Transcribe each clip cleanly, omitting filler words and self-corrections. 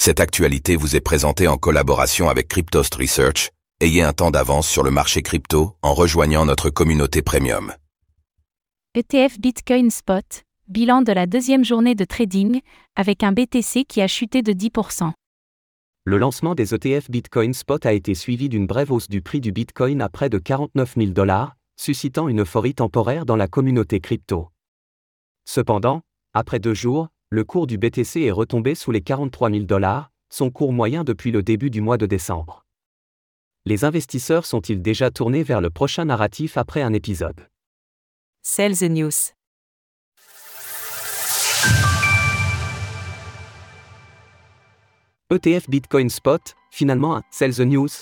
Cette actualité vous est présentée en collaboration avec Cryptost Research. Ayez un temps d'avance sur le marché crypto en rejoignant notre communauté premium. ETF Bitcoin Spot, bilan de la deuxième journée de trading, avec un BTC qui a chuté de 10%. Le lancement des ETF Bitcoin Spot a été suivi d'une brève hausse du prix du Bitcoin à près de 49 000 $, suscitant une euphorie temporaire dans la communauté crypto. Cependant, après 2 jours, le cours du BTC est retombé sous les 43 000 $, son cours moyen depuis le début du mois de décembre. Les investisseurs sont-ils déjà tournés vers le prochain narratif après un épisode? Sell the news. ETF Bitcoin Spot, finalement Sell the news.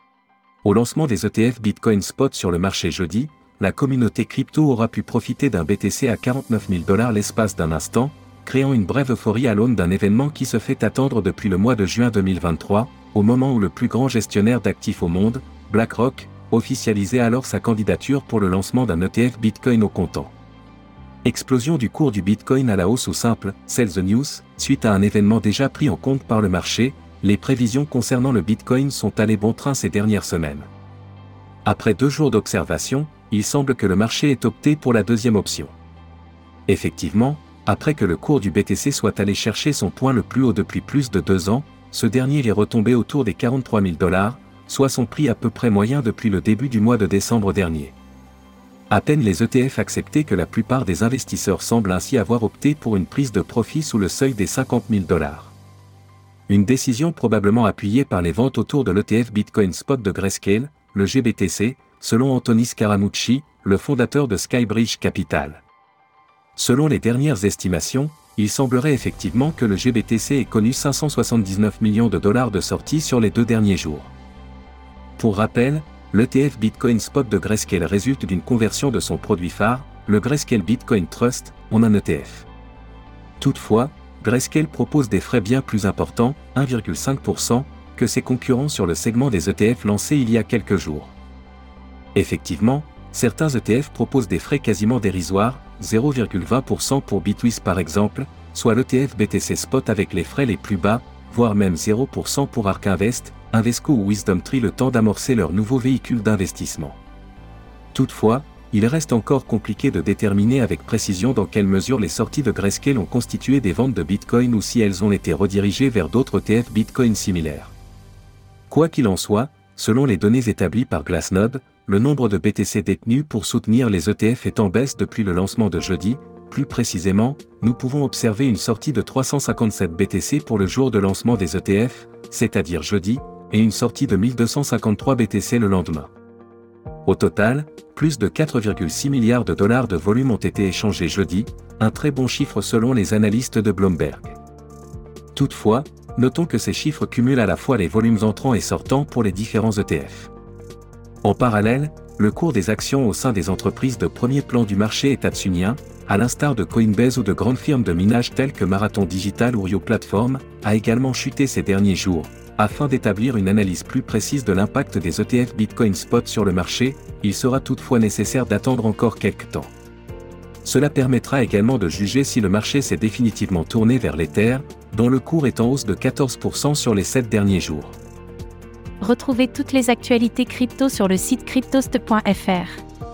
Au lancement des ETF Bitcoin Spot sur le marché jeudi, la communauté crypto aura pu profiter d'un BTC à 49 000 $ l'espace d'un instant, créant une brève euphorie à l'aune d'un événement qui se fait attendre depuis le mois de juin 2023, au moment où le plus grand gestionnaire d'actifs au monde, BlackRock, officialisait alors sa candidature pour le lancement d'un ETF Bitcoin au comptant. Explosion du cours du Bitcoin à la hausse ou simple, Sell the news, suite à un événement déjà pris en compte par le marché, les prévisions concernant le Bitcoin sont allées bon train ces dernières semaines. Après 2 jours d'observation, il semble que le marché ait opté pour la deuxième option. Effectivement, après que le cours du BTC soit allé chercher son point le plus haut depuis plus de 2 ans, ce dernier est retombé autour des 43 000 $, soit son prix à peu près moyen depuis le début du mois de décembre dernier. À peine les ETF acceptés que la plupart des investisseurs semblent ainsi avoir opté pour une prise de profit sous le seuil des 50 000 $. Une décision probablement appuyée par les ventes autour de l'ETF Bitcoin Spot de Grayscale, le GBTC, selon Anthony Scaramucci, le fondateur de Skybridge Capital. Selon les dernières estimations, il semblerait effectivement que le GBTC ait connu 579 millions de dollars de sorties sur les 2 derniers jours. Pour rappel, l'ETF Bitcoin Spot de Grayscale résulte d'une conversion de son produit phare, le Grayscale Bitcoin Trust, en un ETF. Toutefois, Grayscale propose des frais bien plus importants, 1,5%, que ses concurrents sur le segment des ETF lancés il y a quelques jours. Effectivement, certains ETF proposent des frais quasiment dérisoires, 0,20% pour Bitwise par exemple, soit l'ETF BTC Spot avec les frais les plus bas, voire même 0% pour ARK Invest, Invesco ou WisdomTree le temps d'amorcer leur nouveau véhicule d'investissement. Toutefois, il reste encore compliqué de déterminer avec précision dans quelle mesure les sorties de Grayscale ont constitué des ventes de Bitcoin ou si elles ont été redirigées vers d'autres ETF Bitcoin similaires. Quoi qu'il en soit, selon les données établies par Glassnode, le nombre de BTC détenus pour soutenir les ETF est en baisse depuis le lancement de jeudi. Plus précisément, nous pouvons observer une sortie de 357 BTC pour le jour de lancement des ETF, c'est-à-dire jeudi, et une sortie de 1253 BTC le lendemain. Au total, plus de 4,6 milliards de dollars de volume ont été échangés jeudi, un très bon chiffre selon les analystes de Bloomberg. Toutefois, notons que ces chiffres cumulent à la fois les volumes entrants et sortants pour les différents ETF. En parallèle, le cours des actions au sein des entreprises de premier plan du marché est tatsunien, à l'instar de Coinbase ou de grandes firmes de minage telles que Marathon Digital ou Rio Platform, a également chuté ces derniers jours. Afin d'établir une analyse plus précise de l'impact des ETF Bitcoin Spot sur le marché, il sera toutefois nécessaire d'attendre encore quelques temps. Cela permettra également de juger si le marché s'est définitivement tourné vers l'Ether, dont le cours est en hausse de 14% sur les 7 derniers jours. Retrouvez toutes les actualités crypto sur le site cryptost.fr.